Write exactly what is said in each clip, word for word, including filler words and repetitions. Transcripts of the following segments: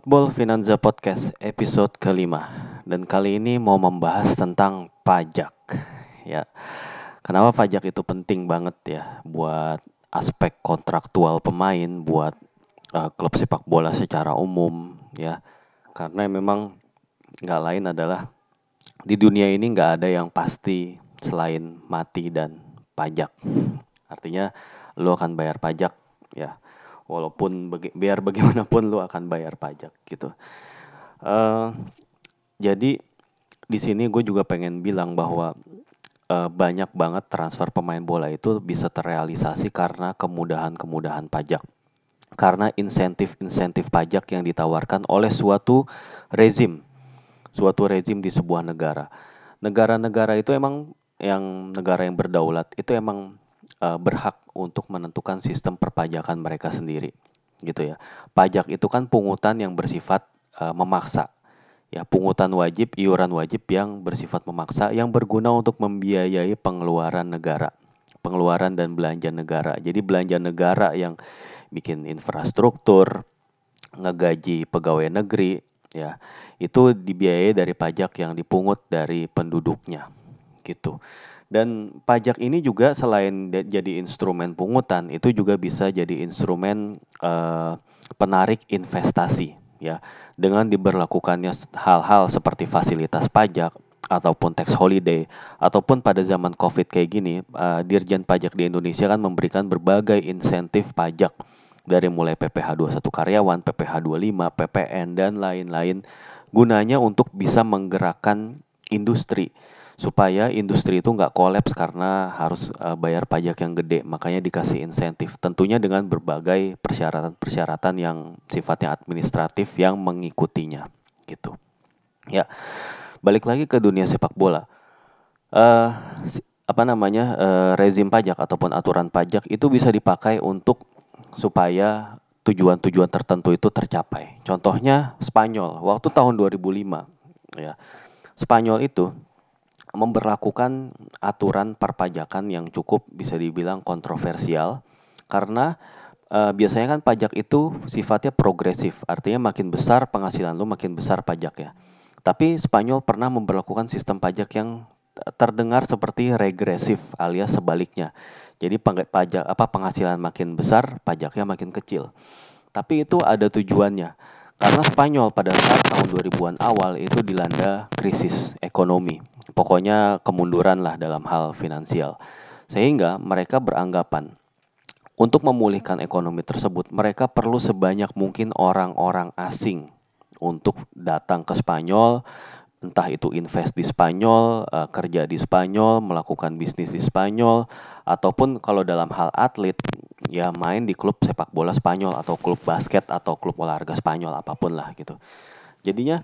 Bol Finanza Podcast episode kelima. Dan kali ini mau membahas tentang pajak. Ya, kenapa pajak itu penting banget ya buat aspek kontraktual pemain, buat uh, klub sepak bola secara umum ya. Karena memang nggak lain adalah di dunia ini nggak ada yang pasti selain mati dan pajak. Artinya lo akan bayar pajak ya. Walaupun baga- biar bagaimanapun lo akan bayar pajak gitu. Uh, jadi di sini gue juga pengen bilang bahwa uh, banyak banget transfer pemain bola itu bisa terrealisasi karena kemudahan-kemudahan pajak. Karena insentif-insentif pajak yang ditawarkan oleh suatu rezim, suatu rezim di sebuah negara. Negara-negara itu emang yang negara yang berdaulat itu emang uh, berhak untuk menentukan sistem perpajakan mereka sendiri, gitu ya. Pajak itu kan pungutan yang bersifat uh, memaksa. Ya, pungutan wajib, iuran wajib yang bersifat memaksa yang berguna untuk membiayai pengeluaran negara, pengeluaran dan belanja negara. Jadi belanja negara yang bikin infrastruktur, ngegaji pegawai negeri, ya, itu dibiayai dari pajak yang dipungut dari penduduknya, gitu. Dan pajak ini juga selain jadi instrumen pungutan, itu juga bisa jadi instrumen uh, penarik investasi, ya, dengan diberlakukannya hal-hal seperti fasilitas pajak ataupun tax holiday ataupun pada zaman COVID kayak gini, uh, Dirjen Pajak di Indonesia kan memberikan berbagai insentif pajak dari mulai P P H dua puluh satu karyawan, P P H dua puluh lima, P P N dan lain-lain gunanya untuk bisa menggerakkan industri supaya industri itu nggak kolaps karena harus uh, bayar pajak yang gede, makanya dikasih insentif. Tentunya dengan berbagai persyaratan-persyaratan yang sifatnya administratif yang mengikutinya, gitu. Ya, balik lagi ke dunia sepak bola. Uh, apa namanya uh, rezim pajak ataupun aturan pajak itu bisa dipakai untuk supaya tujuan-tujuan tertentu itu tercapai. Contohnya Spanyol waktu tahun dua ribu lima, ya. Spanyol itu memberlakukan aturan perpajakan yang cukup bisa dibilang kontroversial karena uh, biasanya kan pajak itu sifatnya progresif, artinya makin besar penghasilan lu makin besar pajak ya. Tapi Spanyol pernah memberlakukan sistem pajak yang terdengar seperti regresif alias sebaliknya. Jadi pajak apa penghasilan makin besar, pajaknya makin kecil. Tapi itu ada tujuannya. Karena Spanyol pada saat tahun dua ribuan awal itu dilanda krisis ekonomi. Pokoknya kemunduran lah dalam hal finansial. Sehingga mereka beranggapan untuk memulihkan ekonomi tersebut, mereka perlu sebanyak mungkin orang-orang asing untuk datang ke Spanyol, entah itu invest di Spanyol, uh, kerja di Spanyol, melakukan bisnis di Spanyol, ataupun kalau dalam hal atlet, ya main di klub sepak bola Spanyol atau klub basket atau klub olahraga Spanyol apapun lah gitu. Jadinya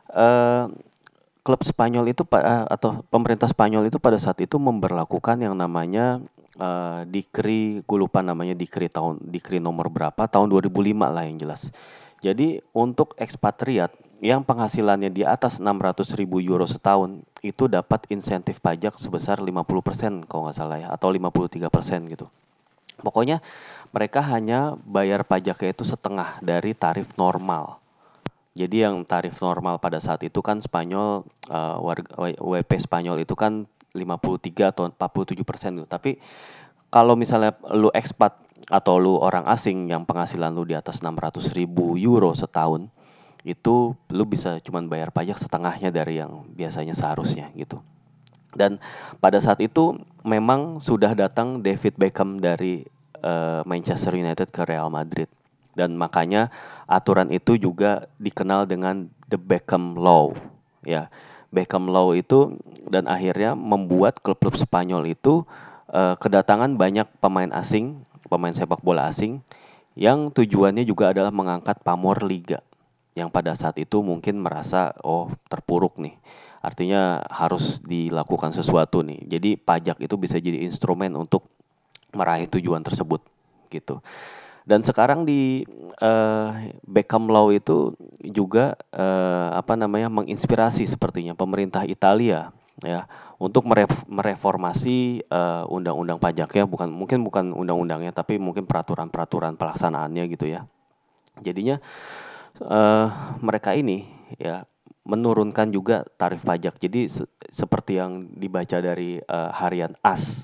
uh, klub Spanyol itu uh, atau pemerintah Spanyol itu pada saat itu memberlakukan yang namanya uh, Dikri, gue lupa namanya Dikri tahun Dikri nomor berapa tahun dua ribu lima lah yang jelas. Jadi untuk ekspatriat yang penghasilannya di atas enam ratus ribu euro setahun itu dapat insentif pajak sebesar lima puluh persen kalau nggak salah ya, atau lima puluh tiga persen gitu. Pokoknya mereka hanya bayar pajaknya itu setengah dari tarif normal. Jadi yang tarif normal pada saat itu kan Spanyol, uh, warga W P Spanyol itu kan lima puluh tiga atau empat puluh tujuh persen gitu. Tapi kalau misalnya lu ekspat atau lu orang asing yang penghasilan lu di atas enam ratus ribu euro setahun, itu lu bisa cuman bayar pajak setengahnya dari yang biasanya seharusnya gitu. Dan pada saat itu memang sudah datang David Beckham dari uh, Manchester United ke Real Madrid. Dan makanya aturan itu juga dikenal dengan The Beckham Law. Ya, Beckham Law itu dan akhirnya membuat klub-klub Spanyol itu uh, kedatangan banyak pemain asing, pemain sepak bola asing yang tujuannya juga adalah mengangkat pamor liga yang pada saat itu mungkin merasa oh terpuruk nih. Artinya harus dilakukan sesuatu nih. Jadi pajak itu bisa jadi instrumen untuk meraih tujuan tersebut gitu. Dan sekarang di uh, Beckham Law itu juga uh, apa namanya menginspirasi sepertinya pemerintah Italia ya untuk meref- mereformasi uh, undang-undang pajaknya, bukan mungkin bukan undang-undangnya tapi mungkin peraturan-peraturan pelaksanaannya gitu ya. Jadinya uh, mereka ini ya menurunkan juga tarif pajak. Jadi se- seperti yang dibaca dari uh, harian AS.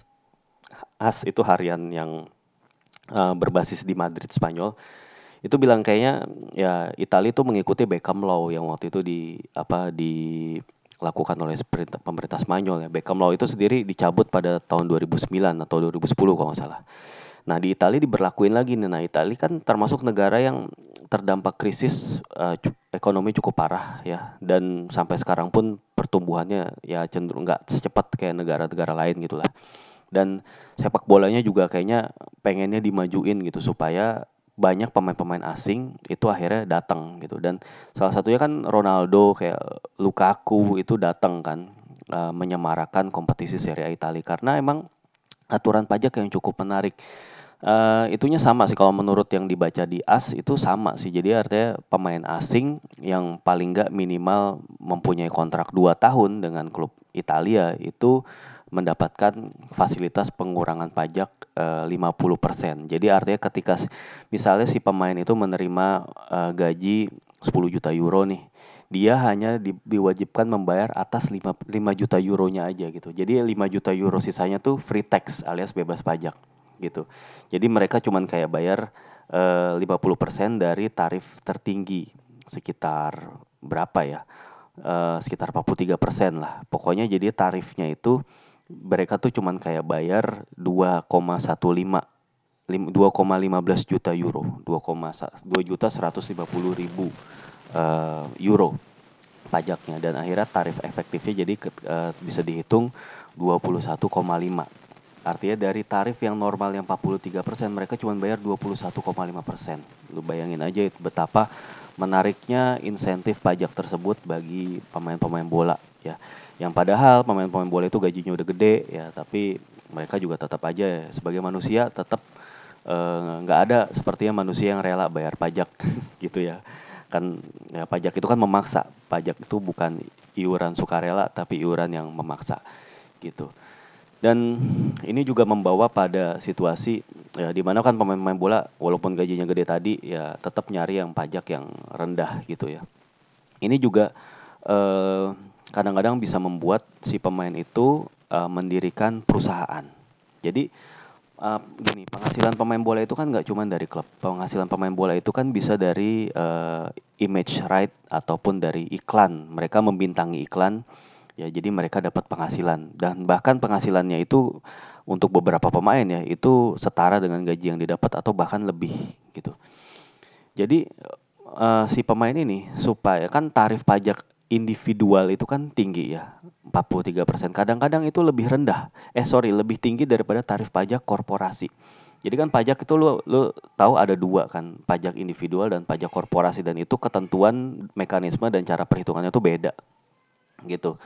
AS itu harian yang uh, berbasis di Madrid, Spanyol. Itu bilang kayaknya ya Italia itu mengikuti Beckham Law yang waktu itu di apa dilakukan oleh pemerintah, pemerintah Spanyol ya. Beckham Law itu sendiri dicabut pada tahun dua ribu sembilan atau dua ribu sepuluh kalau nggak salah. Nah di Italia diberlakuin lagi nih. Nah Italia kan termasuk negara yang terdampak krisis uh, ekonomi cukup parah ya, dan sampai sekarang pun pertumbuhannya ya cenderung nggak secepat kayak negara-negara lain gitulah. Dan sepak bolanya juga kayaknya pengennya dimajuin gitu supaya banyak pemain-pemain asing itu akhirnya datang gitu. Dan salah satunya kan Ronaldo, kayak Lukaku itu datang kan, uh, menyemarakan kompetisi Serie A Italia karena emang aturan pajak yang cukup menarik. Uh, itunya sama sih kalau menurut yang dibaca di AS itu sama sih. Jadi artinya pemain asing yang paling nggak minimal mempunyai kontrak dua tahun dengan klub Italia itu mendapatkan fasilitas pengurangan pajak uh, lima puluh persen. Jadi artinya ketika misalnya si pemain itu menerima uh, gaji sepuluh juta euro nih, dia hanya di, diwajibkan membayar atas lima, lima juta euronya aja gitu. Jadi lima juta euro sisanya tuh free tax alias bebas pajak gitu. Jadi mereka cuman kayak bayar uh, lima puluh persen dari tarif tertinggi sekitar berapa ya? Uh, sekitar empat puluh tiga persen lah. Pokoknya jadi tarifnya itu mereka tuh cuman kayak bayar dua koma lima belas dua koma lima belas juta euro, dua, dua juta seratus lima puluh ribu uh, euro pajaknya, dan akhirnya tarif efektifnya jadi uh, bisa dihitung dua puluh satu koma lima. Artinya dari tarif yang normal yang empat puluh tiga persen mereka cuma bayar dua puluh satu koma lima persen. Lu bayangin aja betapa menariknya insentif pajak tersebut bagi pemain-pemain bola ya. Yang padahal pemain-pemain bola itu gajinya udah gede ya, tapi mereka juga tetap aja ya, sebagai manusia tetap nggak uh, ada sepertinya manusia yang rela bayar pajak gitu ya. Kan ya, pajak itu kan memaksa. Pajak itu bukan iuran sukarela tapi iuran yang memaksa gitu. Dan ini juga membawa pada situasi ya, di mana kan pemain-pemain bola walaupun gajinya gede tadi ya tetap nyari yang pajak yang rendah gitu ya. Ini juga eh, kadang-kadang bisa membuat si pemain itu eh, mendirikan perusahaan. Jadi eh, gini, penghasilan pemain bola itu kan nggak cuma dari klub. Penghasilan pemain bola itu kan bisa dari eh, image right ataupun dari iklan. Mereka membintangi iklan. Ya, jadi mereka dapat penghasilan, dan bahkan penghasilannya itu untuk beberapa pemain ya itu setara dengan gaji yang didapat atau bahkan lebih gitu. Jadi uh, si pemain ini supaya kan tarif pajak individual itu kan tinggi ya, empat puluh tiga persen. Kadang-kadang itu lebih rendah. Eh sorry, lebih tinggi daripada tarif pajak korporasi. Jadi kan pajak itu lu lu tahu ada dua kan, pajak individual dan pajak korporasi, dan itu ketentuan mekanisme dan cara perhitungannya tuh beda gitu.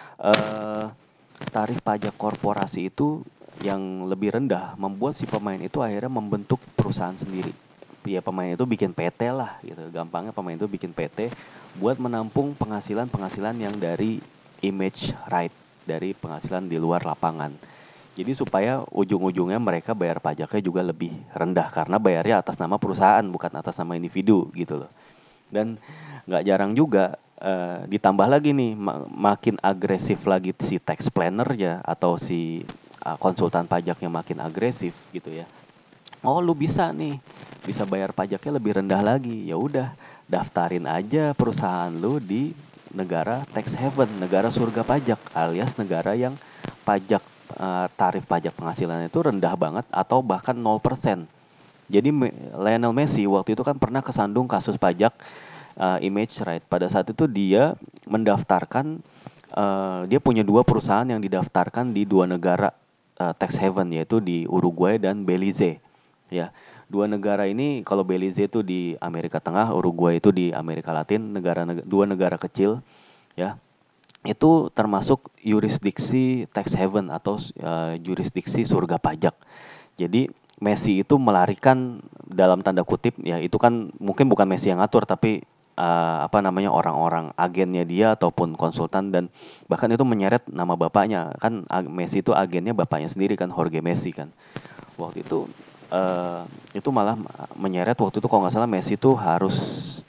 Uh, tarif pajak korporasi itu yang lebih rendah membuat si pemain itu akhirnya membentuk perusahaan sendiri. Ya pemain itu bikin P T lah gitu. Gampangnya pemain itu bikin P T buat menampung penghasilan-penghasilan yang dari image right, dari penghasilan di luar lapangan. Jadi supaya ujung-ujungnya mereka bayar pajaknya juga lebih rendah karena bayarnya atas nama perusahaan bukan atas nama individu gitu loh. Dan nggak jarang juga uh, ditambah lagi nih mak- makin agresif lagi si tax planner-nya atau si uh, konsultan pajaknya makin agresif gitu ya. Oh lu bisa nih, bisa bayar pajaknya lebih rendah lagi. Ya udah, daftarin aja perusahaan lu di negara tax haven, negara surga pajak, alias negara yang pajak uh, tarif pajak penghasilan itu rendah banget atau bahkan nol persen. Jadi Lionel Messi waktu itu kan pernah kesandung kasus pajak uh, image right. Pada saat itu dia mendaftarkan, uh, dia punya dua perusahaan yang didaftarkan di dua negara uh, tax haven, yaitu di Uruguay dan Belize. Ya, dua negara ini, kalau Belize itu di Amerika Tengah, Uruguay itu di Amerika Latin, negara dua negara kecil, ya. Itu termasuk yurisdiksi tax haven atau uh, yurisdiksi surga pajak. Jadi Messi itu melarikan dalam tanda kutip ya, itu kan mungkin bukan Messi yang ngatur tapi uh, apa namanya orang-orang agennya dia ataupun konsultan, dan bahkan itu menyeret nama bapaknya kan. Messi itu agennya bapaknya sendiri kan, Jorge Messi kan. Waktu itu uh, itu malah menyeret waktu itu kalau nggak salah Messi itu harus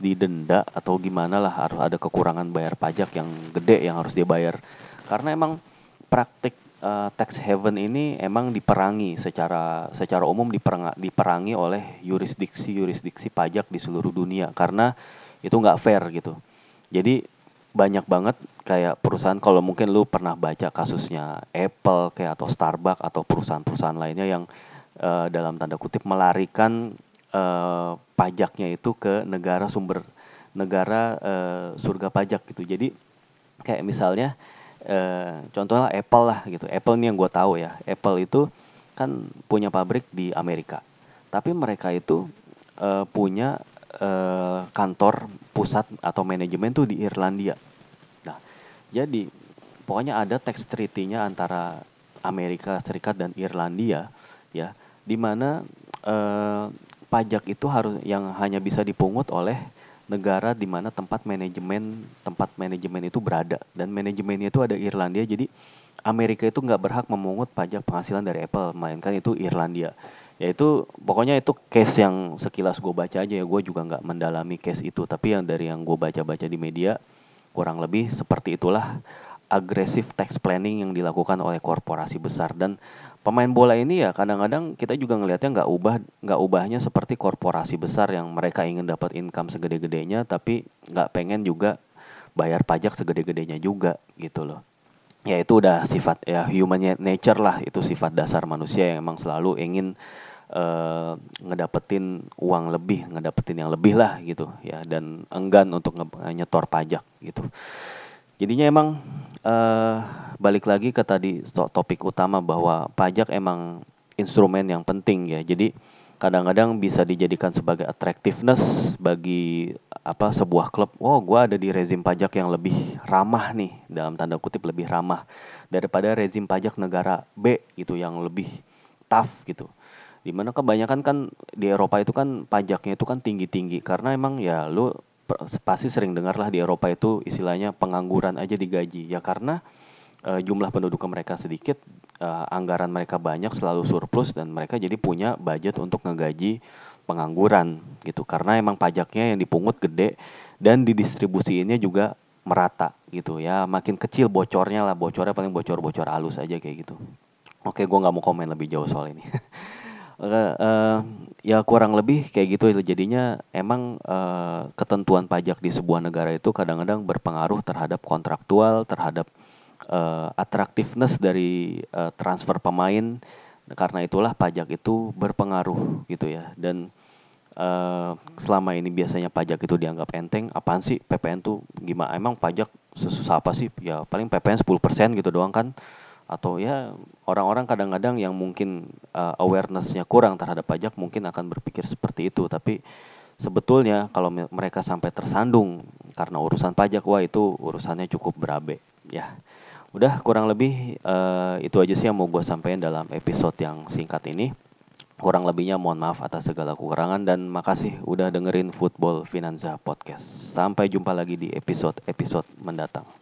didenda atau gimana lah, harus ada kekurangan bayar pajak yang gede yang harus dia bayar. Karena emang praktik uh, tax haven ini emang diperangi secara secara umum diperang, diperangi oleh yurisdiksi-yurisdiksi pajak di seluruh dunia karena itu nggak fair gitu. Jadi banyak banget kayak perusahaan, kalau mungkin lu pernah baca kasusnya Apple kayak atau Starbucks atau perusahaan-perusahaan lainnya yang uh, dalam tanda kutip melarikan uh, pajaknya itu ke negara sumber negara uh, surga pajak gitu. Jadi kayak misalnya uh, contohnya Apple lah gitu. Apple nih yang gue tahu ya. Apple itu kan punya pabrik di Amerika. Tapi mereka itu uh, punya uh, kantor pusat atau manajemen tuh di Irlandia. Nah, jadi pokoknya ada tax treaty-nya antara Amerika Serikat dan Irlandia ya, di mana eh, pajak itu harus yang hanya bisa dipungut oleh negara di mana tempat manajemen tempat manajemen itu berada, dan manajemennya itu ada Irlandia. Jadi Amerika itu nggak berhak memungut pajak penghasilan dari Apple, melainkan itu Irlandia. Ya itu pokoknya itu case yang sekilas gue baca aja ya, gue juga nggak mendalami case itu, tapi yang dari yang gue baca-baca di media kurang lebih seperti itulah agresif tax planning yang dilakukan oleh korporasi besar. Dan pemain bola ini ya kadang-kadang kita juga ngelihatnya nggak ubah nggak ubahnya seperti korporasi besar yang mereka ingin dapat income segede-gedenya tapi nggak pengen juga bayar pajak segede-gedenya juga gitu loh. Ya itu udah sifat ya human nature lah, itu sifat dasar manusia yang emang selalu ingin uh, ngedapetin uang lebih, ngedapetin yang lebih lah gitu ya, dan enggan untuk nyetor pajak gitu. Jadinya emang uh, balik lagi ke tadi topik utama bahwa pajak emang instrumen yang penting ya. Jadi kadang-kadang bisa dijadikan sebagai attractiveness bagi apa sebuah klub. Oh, gue ada di rezim pajak yang lebih ramah nih, dalam tanda kutip lebih ramah daripada rezim pajak negara B gitu yang lebih tough gitu. Dimana kebanyakan kan di Eropa itu kan pajaknya itu kan tinggi-tinggi karena emang ya lu pasti sering dengar lah di Eropa itu istilahnya pengangguran aja digaji ya, karena uh, jumlah penduduk mereka sedikit, uh, anggaran mereka banyak selalu surplus, dan mereka jadi punya budget untuk ngegaji pengangguran gitu karena emang pajaknya yang dipungut gede dan didistribusiinnya juga merata gitu ya, makin kecil bocornya lah, bocornya paling bocor-bocor halus aja kayak gitu. Oke, gue nggak mau komen lebih jauh soal ini. Uh, uh, ya kurang lebih kayak gitu. Jadinya emang uh, ketentuan pajak di sebuah negara itu kadang-kadang berpengaruh terhadap kontraktual, terhadap uh, attractiveness dari uh, transfer pemain. Karena itulah pajak itu berpengaruh gitu ya. Dan uh, selama ini biasanya pajak itu dianggap enteng. Apaan sih P P N tuh gimana? Emang pajak sesusah apa sih? Ya paling P P N sepuluh persen gitu doang kan. Atau ya orang-orang kadang-kadang yang mungkin uh, awareness-nya kurang terhadap pajak mungkin akan berpikir seperti itu. Tapi sebetulnya kalau mereka sampai tersandung karena urusan pajak, wah itu urusannya cukup berabe ya. Udah kurang lebih uh, itu aja sih yang mau gue sampaikan dalam episode yang singkat ini. Kurang lebihnya mohon maaf atas segala kekurangan, dan makasih udah dengerin Football Finanza Podcast. Sampai jumpa lagi di episode-episode mendatang.